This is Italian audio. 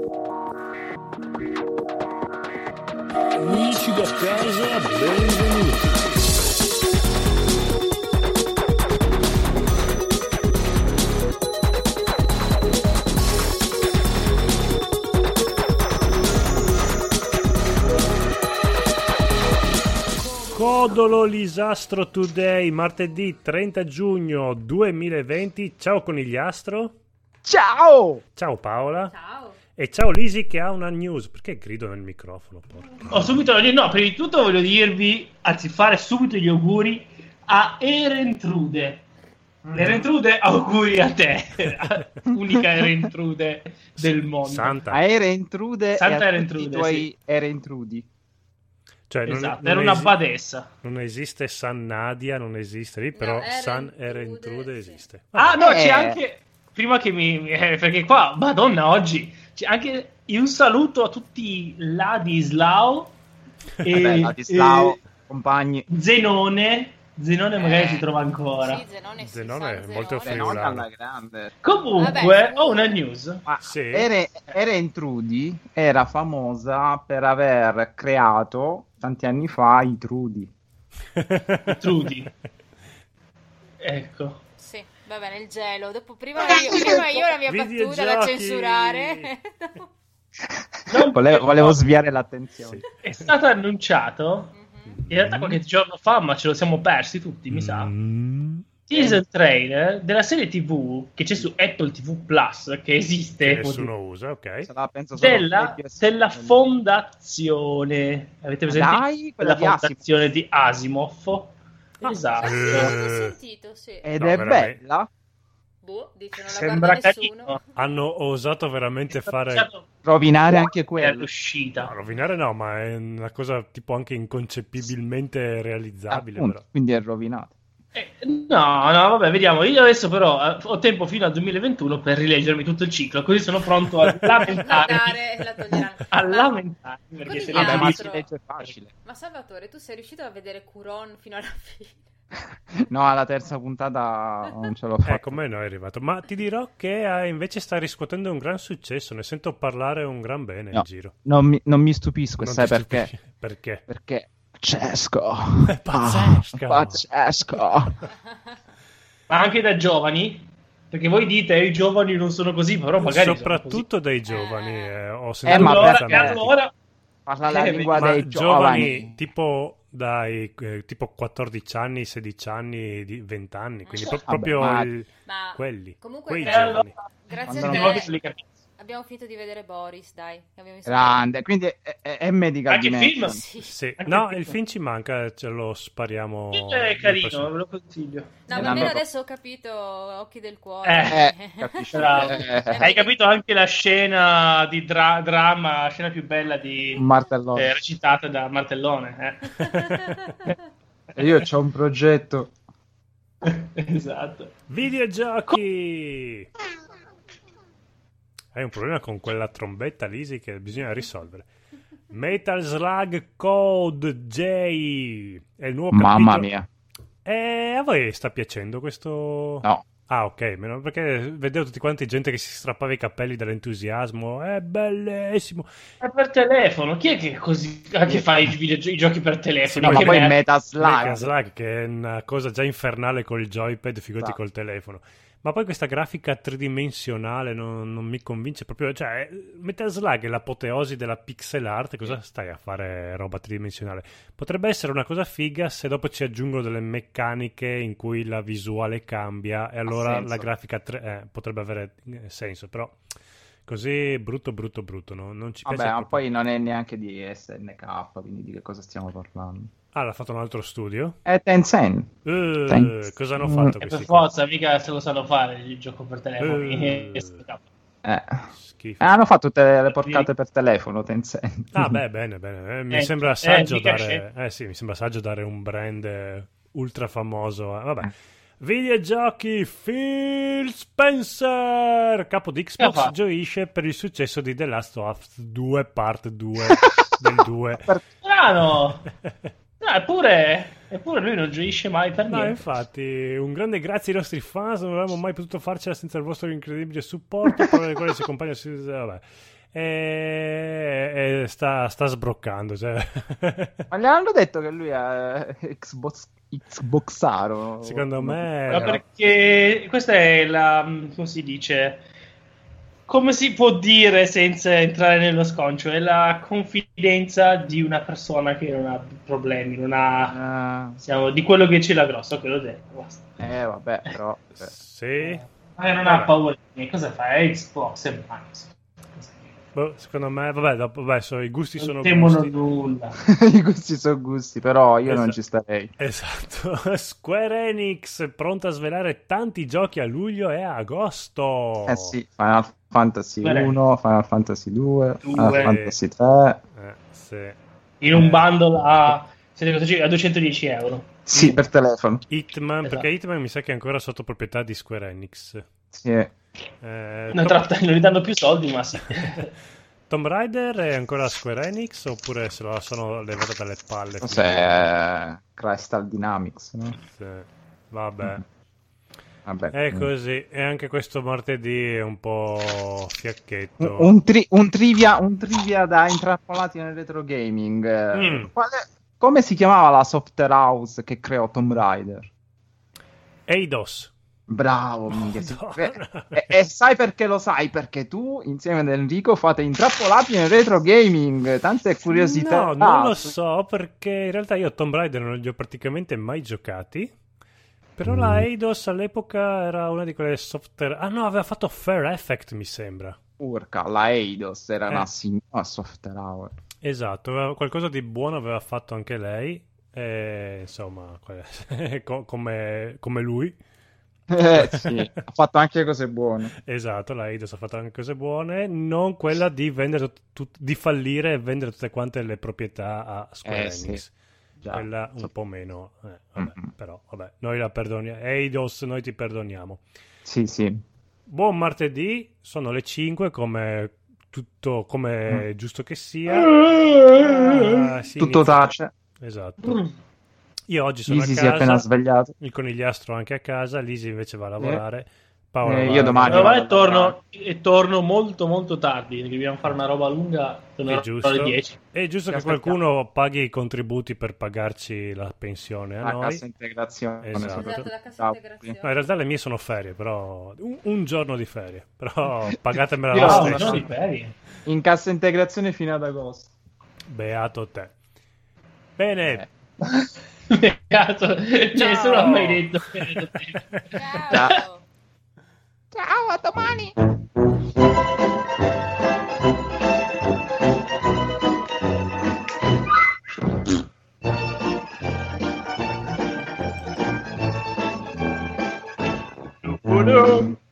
Amici da casa, benvenuti. Codolo Lisastro Today, martedì 30 giugno 2020. Ciao Conigliastro. Ciao! Ciao Paola. Ciao. E ciao Lisi che ha una news. Perché grido nel microfono? Porca. No, prima di tutto voglio dirvi, anzi fare subito gli auguri a Erentrude. Erentrude, auguri a te, unica Erentrude del mondo. Santa. Erentrude Santa e a Erentrude, tutti i tuoi sì. Erentrudi. Cioè, Esatto, era una badessa. Non esiste San Nadia, non esiste lì, però San Erentrude, Erentrude sì. esiste. Ah no, c'è anche, prima che perché qua, madonna, oggi c'è anche un saluto a tutti Ladislao e Ladislao, compagni. Zenone magari si trova ancora. Sì, Zenone, Zenone è molto Zenone friulano. alla grande. Comunque, Vabbè, ho una news. Ma Sì. Erentrudi era famosa per aver creato tanti anni fa i Trudi. Trudy. Ecco. Sì, vabbè, nel gelo. Dopo, prima io la mia battuta da Videogiochi. censurare. Volevo sviare l'attenzione. È stato annunciato in realtà qualche giorno fa, ma ce lo siamo persi tutti, mi sa. Teaser trailer della serie TV che c'è su Apple TV Plus, che esiste, Che nessuno usa, ok. Penso solo della fondazione. Avete presente? Dai, quella la di Asimov. fondazione di Asimov. Esatto. L'ho sentito, sì. Ed No, è veramente. bella. Boh, dice non la Sembra guarda nessuno. carino. Hanno osato veramente fare... Rovinare anche È quello. l'uscita. No, rovinare no, ma è una cosa tipo anche inconcepibilmente realizzabile. Appunto, Però. quindi è rovinato. No, vabbè, vediamo. Io adesso però ho tempo fino al 2021 per rileggermi tutto il ciclo, così sono pronto a lamentarmi. La toglieranno. A lamentarmi perché se Vabbè, ne ma si altro- legge facile. Ma Salvatore, tu sei riuscito a vedere Curon fino alla fine? No, alla terza puntata non ce l'ho fatta. Come noi è arrivato. Ma ti dirò che invece sta riscuotendo un gran successo. Ne sento parlare un gran bene in No, giro. non mi stupisco, Non sai ti perché? stupisci? Perché? Perché pazzesco. È pazzesco. Pazzesco. Ma anche da giovani? Perché voi dite i giovani non sono così, però magari Soprattutto dai giovani. Ho ma sentito sono così. perché- Allora Parla la lingua ma dei giovani giovani. tipo dai tipo 14 anni, 16 anni, 20 anni, quindi Vabbè, proprio ma- Ma quelli, comunque quei grazie- giovani. Grazie Quando a non te li capisco. abbiamo finito di vedere Boris, dai. Abbiamo visto- Grande, quindi è medical Anche il dimension. film? Sì. Sì. No, il film ci manca, ce lo spariamo. È carino, ve lo consiglio. No, ma l'hanno almeno fatto. adesso ho capito Occhi del cuore. Capisci? Bravo. Eh. Hai capito anche la scena di dramma, la scena più bella di Martellone. recitata da Martellone. E io c'ho un progetto. Esatto. Videogiochi! Hai un problema con quella trombetta, Lisi, che bisogna risolvere. Metal Slug Code J è il nuovo Mamma capitolo. mia. E a voi sta piacendo questo? No. Ah, ok, meno perché vedevo tutti quanti gente che si strappava i capelli dall'entusiasmo. È bellissimo. È per telefono. Chi è che così che fa i giochi per telefono? No, ma Che poi merda. Metal Metal Slug. Slug, che è una cosa già infernale col joypad, figurati Esatto. col telefono. Ma poi questa grafica tridimensionale non mi convince proprio. Cioè, Metal Slug è l'apoteosi della pixel art. Cosa stai a fare roba tridimensionale? Potrebbe essere una cosa figa se dopo ci aggiungono delle meccaniche in cui la visuale cambia e allora senso. la grafica potrebbe avere senso, però così brutto, no? Non ci Vabbè, piace ma proprio. poi non è neanche di SNK, quindi di che cosa stiamo parlando? Ah, l'ha fatto un altro studio? È Tencent. Cosa hanno fatto E per questi forza, mica se lo sanno fare il gioco per telefoni. Schifo. Hanno fatto tutte le porcate per telefono, Tencent. Ah, beh, bene. Mi sembra saggio mica dare. Sì, mi sembra saggio dare un brand ultra famoso. Vabbè. Videogiochi. Phil Spencer, capo di Che ha Xbox, fatto? gioisce per il successo di The Last of Us 2 Part 2 del 2. Strano! Eppure lui non gioisce mai per No, niente. infatti, un grande grazie ai nostri fans, non avremmo mai potuto farcela senza il vostro incredibile supporto, per le quali si accompagna. Vabbè. e sta sbroccando. Cioè. Ma gli hanno detto che lui è Xboxaro. Secondo me... Ma perché questa è la... come si dice? Come si può dire senza entrare nello sconcio? È la confidenza di una persona che non ha problemi, non ha... siamo di quello che ce l'ha grosso, quello detto. Basta. Vabbè, però... Sì. Ma non ha paura di me. Cosa fa? È Xbox e basta. Boh, secondo me, vabbè, i gusti Non sono temono gusti. nulla. I gusti sono gusti, però io non ci starei. Esatto. Square Enix pronta a svelare tanti giochi a luglio e a agosto. Sì, Final Fantasy 1, Final Fantasy 2, Final Due. Fantasy 3. Sì. In un bundle a 210 euro. Sì, per telefono. Hitman, Esatto. perché Hitman mi sa che è ancora sotto proprietà di Square Enix. Sì. Non gli danno più soldi, ma sì. Tomb Raider è ancora Square Enix oppure se la sono levata dalle palle? Cos'è? Crystal Dynamics, no? Sì. Vabbè. Vabbè. È così. E anche questo martedì è un po' fiacchetto. Un trivia da intrappolati nel retro gaming. Come si chiamava la software house che creò Tomb Raider? Eidos. Bravo, minchia. Madonna. E sai perché lo sai? Perché tu insieme ad Enrico fate intrappolati nel retro gaming. Tante curiosità. No, non lo so perché in realtà io a Tomb Raider non li ho praticamente mai giocati. Però la Eidos all'epoca era una di quelle software... Ah no, aveva fatto Fair Effect, mi sembra. Urca, la Eidos era una signora software house. Esatto, qualcosa di buono aveva fatto anche lei. E, insomma, come lui. Sì, ha fatto anche cose buone. Esatto, la Eidos ha fatto anche cose buone, non quella di vendere di fallire e vendere tutte quante le proprietà a Square Enix. Sì. Già. Quella un po' meno, vabbè, però vabbè, noi la perdoniamo. Eidos, noi ti perdoniamo. Sì, sì. Buon martedì, sono le 5 come tutto come giusto che sia. Tutto tace. Esatto. Io oggi sono Lisi a si è appena casa, svegliato. il conigliastro anche a casa, Lisi invece va a lavorare. Paola Io domani torno molto molto tardi, perché dobbiamo fare una roba lunga, è giusto, alle 10. è giusto che qualcuno paghi i contributi per pagarci la pensione a La noi. cassa integrazione. Esatto. Esatto, la cassa integrazione. No, in realtà le mie sono ferie, però un giorno di ferie, però pagatemela Io lo no, stesso. No, di ferie. In cassa integrazione fino ad agosto. Beato te. Bene. Beato, nessuno ha mai detto. Ciao. Ciao, a domani. Ciao.